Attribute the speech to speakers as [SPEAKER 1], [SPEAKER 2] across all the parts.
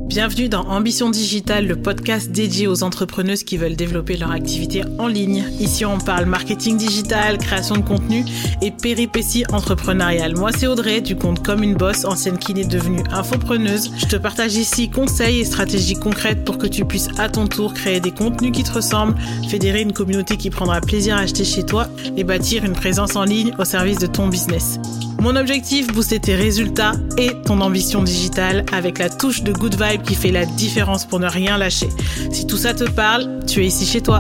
[SPEAKER 1] Bienvenue dans Ambition Digitale, le podcast dédié aux entrepreneuses qui veulent développer leur activité en ligne. Ici, on parle marketing digital, création de contenu et péripéties entrepreneuriales. Moi, c'est Audrey du compte Comme une Boss, ancienne kiné devenue infopreneuse. Je te partage ici conseils et stratégies concrètes pour que tu puisses à ton tour créer des contenus qui te ressemblent, fédérer une communauté qui prendra plaisir à acheter chez toi et bâtir une présence en ligne au service de ton business. Mon objectif, booster tes résultats et ton ambition digitale avec la touche de good vibe qui fait la différence pour ne rien lâcher. Si tout ça te parle, tu es ici chez toi.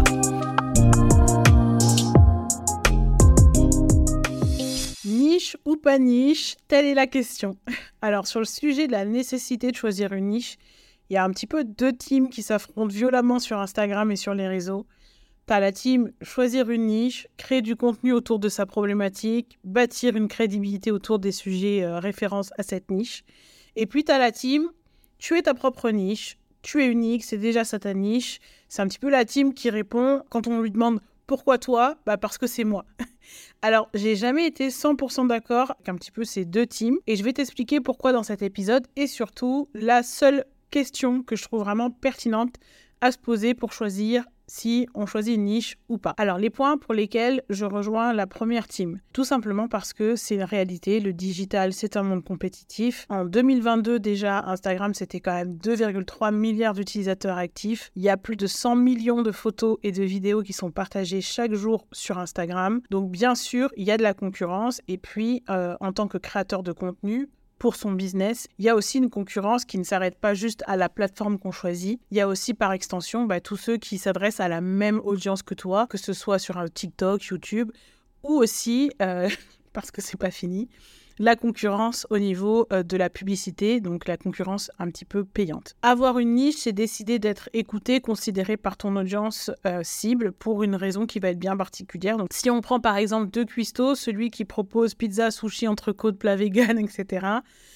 [SPEAKER 1] Niche ou pas niche, telle est la question. Alors, sur le sujet de la nécessité de choisir une niche, il y a un petit peu deux teams qui s'affrontent violemment sur Instagram et sur les réseaux. T'as la team choisir une niche, créer du contenu autour de sa problématique, bâtir une crédibilité autour des sujets références à cette niche. Et puis t'as la team, tu es ta propre niche, tu es unique, c'est déjà ça ta niche. C'est un petit peu la team qui répond quand on lui demande pourquoi toi ? Parce que c'est moi. Alors, j'ai jamais été 100% d'accord avec un petit peu ces deux teams et je vais t'expliquer pourquoi dans cet épisode et surtout la seule question que je trouve vraiment pertinente à se poser pour choisir si on choisit une niche ou pas. Alors, les points pour lesquels je rejoins la première team. Tout simplement parce que c'est une réalité, le digital, c'est un monde compétitif. En 2022, déjà, Instagram, c'était quand même 2,3 milliards d'utilisateurs actifs. Il y a plus de 100 millions de photos et de vidéos qui sont partagées chaque jour sur Instagram. Donc, bien sûr, il y a de la concurrence. Et puis, en tant que créateur de contenu, pour son business, il y a aussi une concurrence qui ne s'arrête pas juste à la plateforme qu'on choisit. Il y a aussi par extension tous ceux qui s'adressent à la même audience que toi, que ce soit sur un TikTok, YouTube, ou aussi, parce que c'est pas fini, la concurrence au niveau de la publicité, donc la concurrence un petit peu payante. Avoir une niche, c'est décider d'être écouté, considéré par ton audience cible pour une raison qui va être bien particulière. Donc, si on prend par exemple deux cuistots, celui qui propose pizza, sushi, entrecôte, plat vegan, etc.,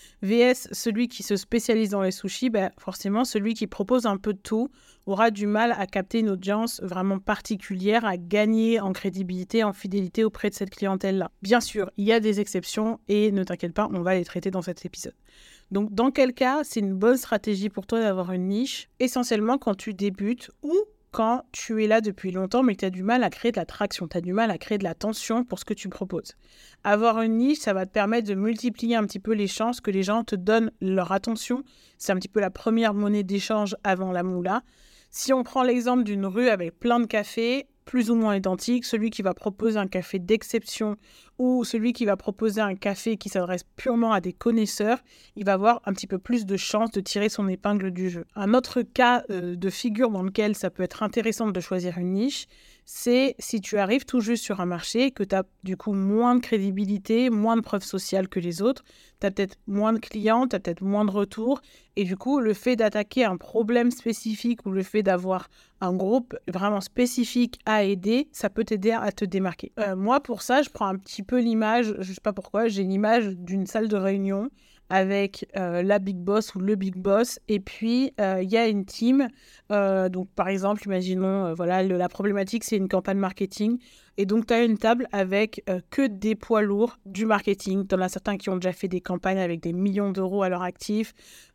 [SPEAKER 1] VS, celui qui se spécialise dans les sushis, forcément, celui qui propose un peu de tout aura du mal à capter une audience vraiment particulière, à gagner en crédibilité, en fidélité auprès de cette clientèle-là. Bien sûr, il y a des exceptions et ne t'inquiète pas, on va les traiter dans cet épisode. Donc, dans quel cas, c'est une bonne stratégie pour toi d'avoir une niche, essentiellement quand tu débutes ou quand tu es là depuis longtemps, mais que tu as du mal à créer de la traction, tu as du mal à créer de l'attention pour ce que tu proposes. Avoir une niche, ça va te permettre de multiplier un petit peu les chances que les gens te donnent leur attention. C'est un petit peu la première monnaie d'échange avant la moula. Si on prend l'exemple d'une rue avec plein de cafés, plus ou moins identiques, celui qui va proposer un café d'exception ou celui qui va proposer un café qui s'adresse purement à des connaisseurs, il va avoir un petit peu plus de chances de tirer son épingle du jeu. Un autre cas de figure dans lequel ça peut être intéressant de choisir une niche, c'est si tu arrives tout juste sur un marché, que tu as du coup moins de crédibilité, moins de preuves sociales que les autres, tu as peut-être moins de clients, tu as peut-être moins de retours, et du coup, le fait d'attaquer un problème spécifique ou le fait d'avoir un groupe vraiment spécifique à aider, ça peut t'aider à te démarquer. Moi, pour ça, je prends un petit peu l'image, je ne sais pas pourquoi, j'ai l'image d'une salle de réunion avec la big boss ou le big boss, et puis il y a une team, donc par exemple, imaginons, la problématique, c'est une campagne marketing, et donc tu as une table avec que des poids lourds du marketing. Tu en as certains qui ont déjà fait des campagnes avec des millions d'euros à leur actif,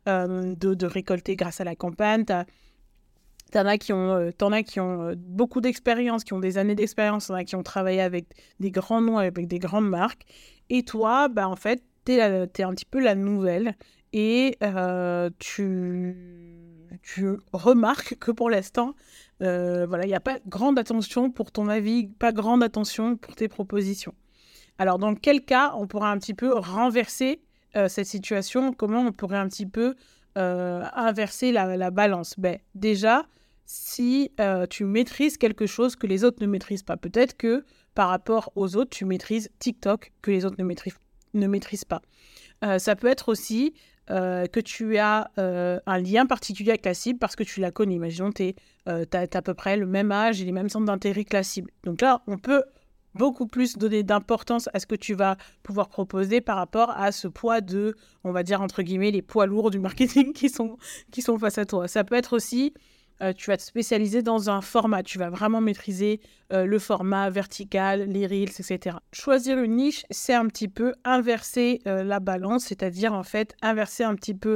[SPEAKER 1] de récolter grâce à la campagne. T'en as qui ont beaucoup d'expérience, qui ont des années d'expérience, t'en as qui ont travaillé avec des grands noms, avec des grandes marques. Et toi, en fait, t'es un petit peu la nouvelle et tu remarques que pour l'instant, il n'y a pas grande attention pour ton avis, pas grande attention pour tes propositions. Alors, dans quel cas on pourrait un petit peu renverser cette situation? Comment on pourrait un petit peu inverser la balance? Déjà, si tu maîtrises quelque chose que les autres ne maîtrisent pas, peut-être que par rapport aux autres, tu maîtrises TikTok que les autres ne maîtrisent pas. Ça peut être aussi que tu as un lien particulier avec la cible parce que tu la connais. Imaginons que tu as à peu près le même âge et les mêmes centres d'intérêt que la cible. Donc là, on peut beaucoup plus donner d'importance à ce que tu vas pouvoir proposer par rapport à ce poids de, on va dire entre guillemets, les poids lourds du marketing qui sont face à toi. Ça peut être aussi, tu vas te spécialiser dans un format, tu vas vraiment maîtriser le format vertical, les reels, etc. Choisir une niche, c'est un petit peu inverser la balance, c'est-à-dire en fait inverser un petit peu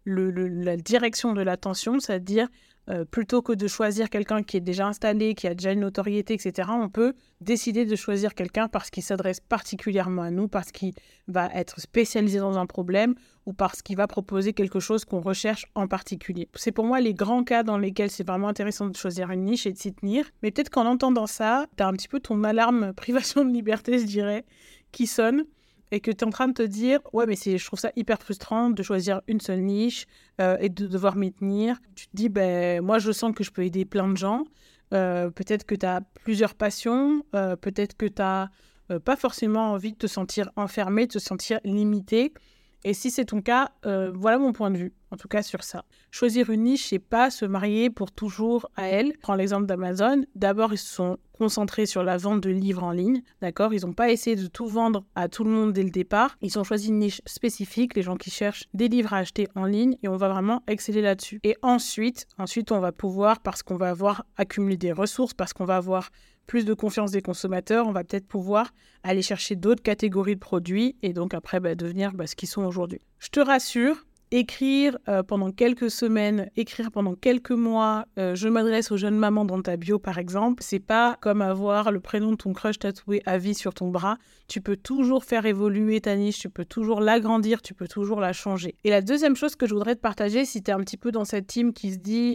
[SPEAKER 1] la direction de l'attention, c'est-à-dire plutôt que de choisir quelqu'un qui est déjà installé, qui a déjà une notoriété, etc., on peut décider de choisir quelqu'un parce qu'il s'adresse particulièrement à nous, parce qu'il va être spécialisé dans un problème ou parce qu'il va proposer quelque chose qu'on recherche en particulier. C'est pour moi les grands cas dans lesquels c'est vraiment intéressant de choisir une niche et de s'y tenir. Mais peut-être qu'en entendant ça, tu as un petit peu ton alarme privation de liberté, je dirais, qui sonne. Et que tu es en train de te dire, ouais, mais je trouve ça hyper frustrant de choisir une seule niche et de devoir m'y tenir. Tu te dis, moi, je sens que je peux aider plein de gens. Peut-être que tu as plusieurs passions. Peut-être que tu n'as pas forcément envie de te sentir enfermé, de te sentir limité. Et si c'est ton cas, voilà mon point de vue, en tout cas sur ça. Choisir une niche, c'est pas se marier pour toujours à elle. Prends l'exemple d'Amazon. D'abord, ils se sont concentrés sur la vente de livres en ligne, d'accord ? Ils n'ont pas essayé de tout vendre à tout le monde dès le départ. Ils ont choisi une niche spécifique, les gens qui cherchent des livres à acheter en ligne, et on va vraiment exceller là-dessus. Et ensuite, on va pouvoir, parce qu'on va avoir accumulé des ressources, parce qu'on va avoir plus de confiance des consommateurs, on va peut-être pouvoir aller chercher d'autres catégories de produits et donc après devenir ce qu'ils sont aujourd'hui. Je te rassure, écrire pendant quelques semaines, écrire pendant quelques mois, je m'adresse aux jeunes mamans dans ta bio par exemple, c'est pas comme avoir le prénom de ton crush tatoué à vie sur ton bras. Tu peux toujours faire évoluer ta niche, tu peux toujours l'agrandir, tu peux toujours la changer. Et la deuxième chose que je voudrais te partager, si tu es un petit peu dans cette team qui se dit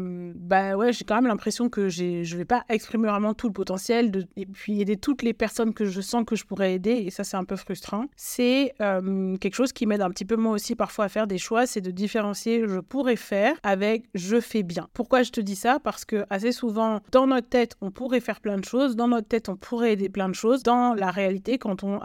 [SPEAKER 1] ouais, j'ai quand même l'impression que je vais pas exprimer vraiment tout le potentiel et puis aider toutes les personnes que je sens que je pourrais aider, et ça c'est un peu frustrant. C'est quelque chose qui m'aide un petit peu moi aussi parfois à faire des choix, c'est de différencier je pourrais faire avec je fais bien. Pourquoi je te dis ça ? Parce que assez souvent, dans notre tête, on pourrait faire plein de choses, dans notre tête, on pourrait aider plein de choses. Dans la réalité, quand on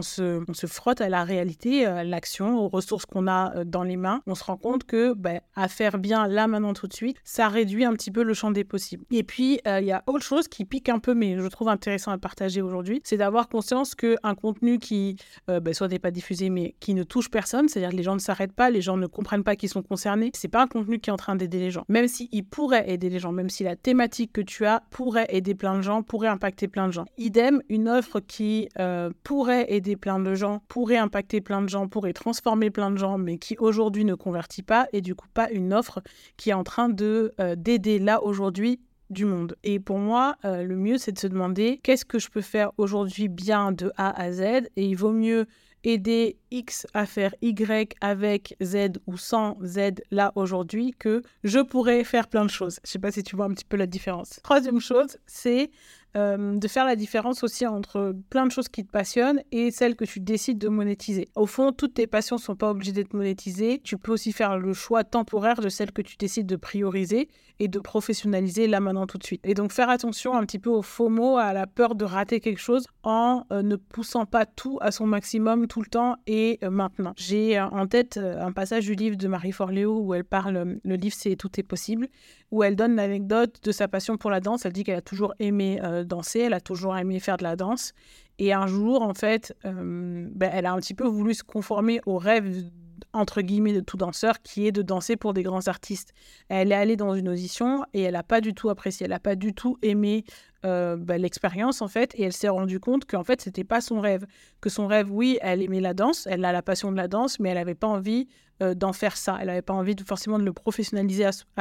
[SPEAKER 1] se frotte à la réalité, à l'action, aux ressources qu'on a dans les mains, on se rend compte que à faire bien là, maintenant, tout de suite, ça réduit un petit peu le champ des possibles. Et puis, il y a autre chose qui pique un peu, mais je trouve intéressant à partager aujourd'hui, c'est d'avoir conscience qu'un contenu qui soit n'est pas diffusé, mais qui ne touche personne, c'est-à-dire que les gens ne s'arrêtent pas, les gens ne comprennent pas qu'ils sont concernés, c'est pas un contenu qui est en train d'aider les gens. Même s'il pourrait aider les gens, même si la thématique que tu as pourrait aider plein de gens, pourrait impacter plein de gens. Idem, une offre qui pourrait aider plein de gens, pourrait impacter plein de gens, pourrait transformer plein de gens, mais qui aujourd'hui ne convertit pas, et du coup pas une offre qui est en train d'aider là aujourd'hui du monde. Et pour moi, le mieux, c'est de se demander qu'est-ce que je peux faire aujourd'hui bien de A à Z, et il vaut mieux aider X à faire Y avec Z ou sans Z là aujourd'hui que je pourrais faire plein de choses. Je sais pas si tu vois un petit peu la différence. Troisième chose, c'est de faire la différence aussi entre plein de choses qui te passionnent et celles que tu décides de monétiser. Au fond, toutes tes passions ne sont pas obligées d'être monétisées. Tu peux aussi faire le choix temporaire de celles que tu décides de prioriser et de professionnaliser là, maintenant, tout de suite. Et donc, faire attention un petit peu au FOMO, à la peur de rater quelque chose en ne poussant pas tout à son maximum tout le temps et maintenant. J'ai en tête un passage du livre de Marie Forleo où elle parle, le livre c'est Tout est possible, où elle donne l'anecdote de sa passion pour la danse. Elle dit qu'elle a toujours aimé danser, elle a toujours aimé faire de la danse. Et un jour, en fait, elle a un petit peu voulu se conformer au rêve, entre guillemets, de tout danseur, qui est de danser pour des grands artistes. Elle est allée dans une audition et elle n'a pas du tout apprécié, elle n'a pas du tout aimé l'expérience, en fait, et elle s'est rendue compte qu'en fait, c'était pas son rêve. Que son rêve, oui, elle aimait la danse, elle a la passion de la danse, mais elle n'avait pas envie d'en faire ça. Elle n'avait pas envie forcément de le professionnaliser à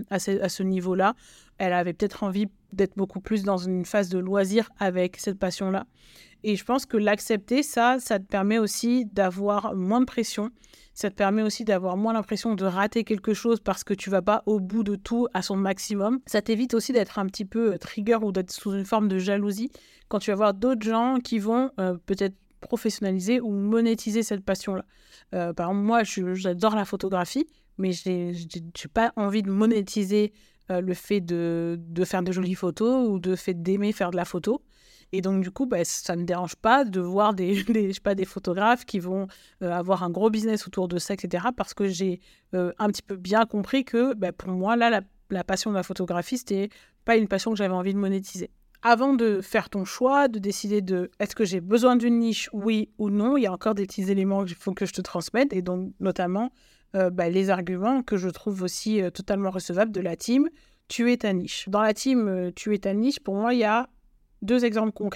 [SPEAKER 1] ce niveau-là. Elle avait peut-être envie d'être beaucoup plus dans une phase de loisir avec cette passion-là. Et je pense que l'accepter, ça te permet aussi d'avoir moins de pression. Ça te permet aussi d'avoir moins l'impression de rater quelque chose parce que tu vas pas au bout de tout à son maximum. Ça t'évite aussi d'être un petit peu trigger ou d'être sous une forme de jalousie quand tu vas voir d'autres gens qui vont peut-être professionnaliser ou monétiser cette passion-là. Par exemple, moi, j'adore la photographie, mais je n'ai pas envie de monétiser le fait de faire de jolies photos ou le fait d'aimer faire de la photo. Et donc, du coup, ça ne me dérange pas de voir des photographes qui vont avoir un gros business autour de ça, etc. Parce que j'ai un petit peu bien compris que pour moi, là, la passion de la photographie, c'était pas une passion que j'avais envie de monétiser. Avant de faire ton choix, de décider de est-ce que j'ai besoin d'une niche, oui ou non, il y a encore des petits éléments qu'il faut que je te transmette, et donc notamment les arguments que je trouve aussi totalement recevables de la team « Tu es ta niche ». Dans la team « Tu es ta niche », pour moi, il y a 2 exemples concrets.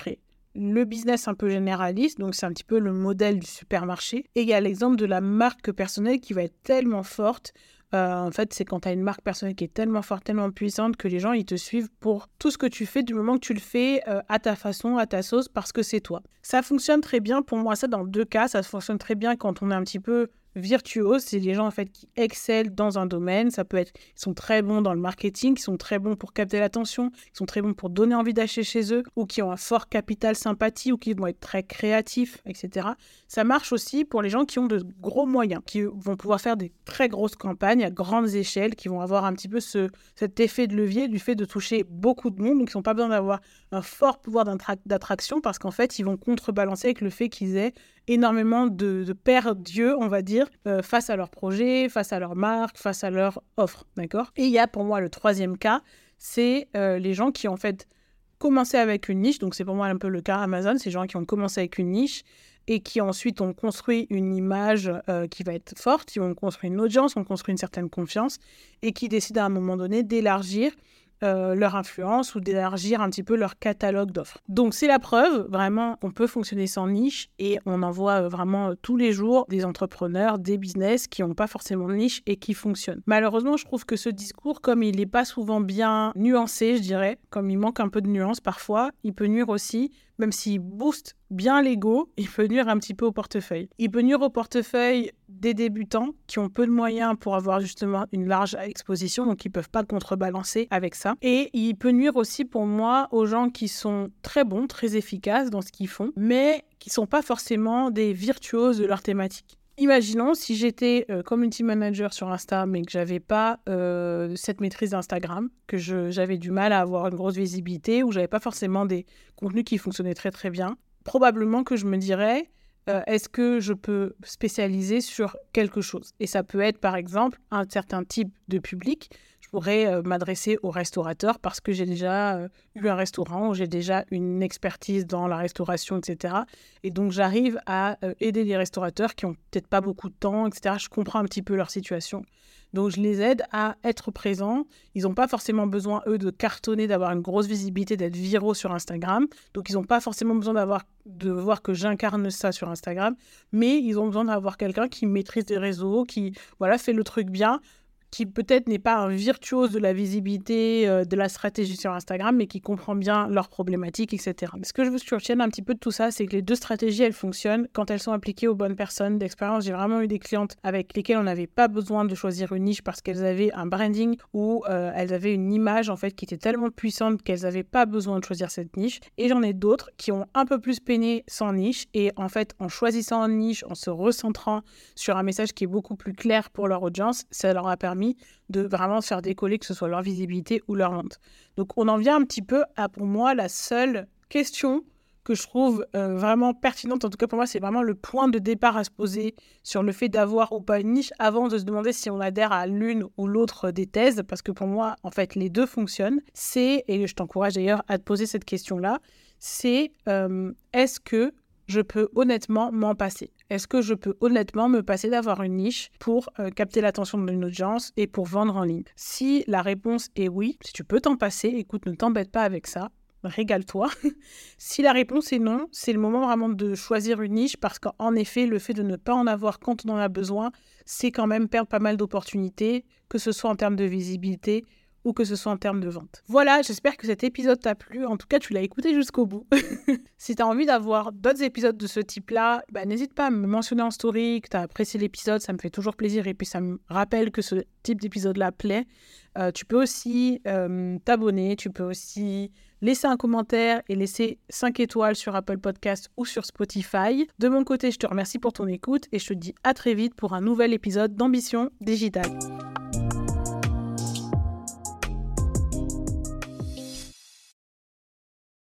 [SPEAKER 1] le business un peu généraliste, donc c'est un petit peu le modèle du supermarché. Et il y a l'exemple de la marque personnelle qui va être tellement forte. En fait, c'est quand tu as une marque personnelle qui est tellement forte, tellement puissante que les gens, ils te suivent pour tout ce que tu fais du moment que tu le fais à ta façon, à ta sauce, parce que c'est toi. Ça fonctionne très bien pour moi, ça dans 2 cas. Ça fonctionne très bien quand on est un petit peu virtuose, c'est les gens en fait qui excellent dans un domaine. Ça peut être, ils sont très bons dans le marketing, ils sont très bons pour capter l'attention, ils sont très bons pour donner envie d'acheter chez eux, ou qui ont un fort capital sympathie, ou qui vont être très créatifs, etc. Ça marche aussi pour les gens qui ont de gros moyens, qui vont pouvoir faire des très grosses campagnes à grandes échelles, qui vont avoir un petit peu cet effet de levier du fait de toucher beaucoup de monde, donc ils n'ont pas besoin d'avoir un fort pouvoir d'attraction, parce qu'en fait, ils vont contrebalancer avec le fait qu'ils aient énormément de paires d'yeux, on va dire, face à leur projet, face à leur marque, face à leur offre, d'accord ? Et il y a pour moi le 3e cas, c'est les gens qui en fait commencé avec une niche, donc c'est pour moi un peu le cas Amazon, c'est les gens qui ont commencé avec une niche et qui ensuite ont construit une image qui va être forte, ils ont construit une audience, ont construit une certaine confiance et qui décident à un moment donné d'élargir leur influence ou d'élargir un petit peu leur catalogue d'offres. Donc c'est la preuve vraiment qu'on peut fonctionner sans niche et on en voit vraiment tous les jours des entrepreneurs, des business qui n'ont pas forcément de niche et qui fonctionnent. Malheureusement, je trouve que ce discours, comme il n'est pas souvent bien nuancé, je dirais, comme il manque un peu de nuance parfois, il peut nuire aussi, même s'il booste bien l'ego, il peut nuire un petit peu au portefeuille. Il peut nuire au portefeuille des débutants qui ont peu de moyens pour avoir justement une large exposition, donc ils ne peuvent pas contrebalancer avec ça. Et il peut nuire aussi pour moi aux gens qui sont très bons, très efficaces dans ce qu'ils font, mais qui ne sont pas forcément des virtuoses de leur thématique. Imaginons si j'étais community manager sur Insta, mais que j'avais pas cette maîtrise d'Instagram, que j'avais du mal à avoir une grosse visibilité, ou j'avais pas forcément des contenus qui fonctionnaient très très bien. Probablement que je me dirais, est-ce que je peux spécialiser sur quelque chose ? Et ça peut être par exemple un certain type de public. Je pourrais m'adresser aux restaurateurs parce que j'ai déjà eu un restaurant, ou j'ai déjà une expertise dans la restauration, etc. Et donc j'arrive à aider les restaurateurs qui n'ont peut-être pas beaucoup de temps, etc. Je comprends un petit peu leur situation. Donc, je les aide à être présents. Ils n'ont pas forcément besoin, eux, de cartonner, d'avoir une grosse visibilité, d'être viraux sur Instagram. Donc, ils n'ont pas forcément besoin de voir que j'incarne ça sur Instagram. Mais ils ont besoin d'avoir quelqu'un qui maîtrise les réseaux, qui fait le truc bien, qui peut-être n'est pas un virtuose de la visibilité, de la stratégie sur Instagram, mais qui comprend bien leurs problématiques, etc. Ce que je veux que tu retiennes un petit peu de tout ça, c'est que les 2 stratégies, elles fonctionnent quand elles sont appliquées aux bonnes personnes. D'expérience, j'ai vraiment eu des clientes avec lesquelles on n'avait pas besoin de choisir une niche parce qu'elles avaient un branding ou elles avaient une image en fait qui était tellement puissante qu'elles n'avaient pas besoin de choisir cette niche. Et j'en ai d'autres qui ont un peu plus peiné sans niche et en fait, en choisissant une niche, en se recentrant sur un message qui est beaucoup plus clair pour leur audience, ça leur a permis de vraiment se faire décoller, que ce soit leur visibilité ou leur vente. Donc, on en vient un petit peu à, pour moi, la seule question que je trouve vraiment pertinente. En tout cas, pour moi, c'est vraiment le point de départ à se poser sur le fait d'avoir ou pas une niche avant de se demander si on adhère à l'une ou l'autre des thèses. Parce que pour moi, en fait, les 2 fonctionnent. Et je t'encourage d'ailleurs à te poser cette question-là, c'est est-ce que je peux honnêtement m'en passer ? Est-ce que je peux honnêtement me passer d'avoir une niche pour capter l'attention d'une audience et pour vendre en ligne ? Si la réponse est oui, si tu peux t'en passer, écoute, ne t'embête pas avec ça, régale-toi. Si la réponse est non, c'est le moment vraiment de choisir une niche parce qu'en effet, le fait de ne pas en avoir quand on en a besoin, c'est quand même perdre pas mal d'opportunités, que ce soit en termes de visibilité ou que ce soit en termes de vente. Voilà, j'espère que cet épisode t'a plu. En tout cas, tu l'as écouté jusqu'au bout. Si tu as envie d'avoir d'autres épisodes de ce type-là, n'hésite pas à me mentionner en story que tu as apprécié l'épisode, ça me fait toujours plaisir et puis ça me rappelle que ce type d'épisode-là plaît. Tu peux aussi t'abonner, tu peux aussi laisser un commentaire et laisser 5 étoiles sur Apple Podcast ou sur Spotify. De mon côté, je te remercie pour ton écoute et je te dis à très vite pour un nouvel épisode d'Ambition Digitale.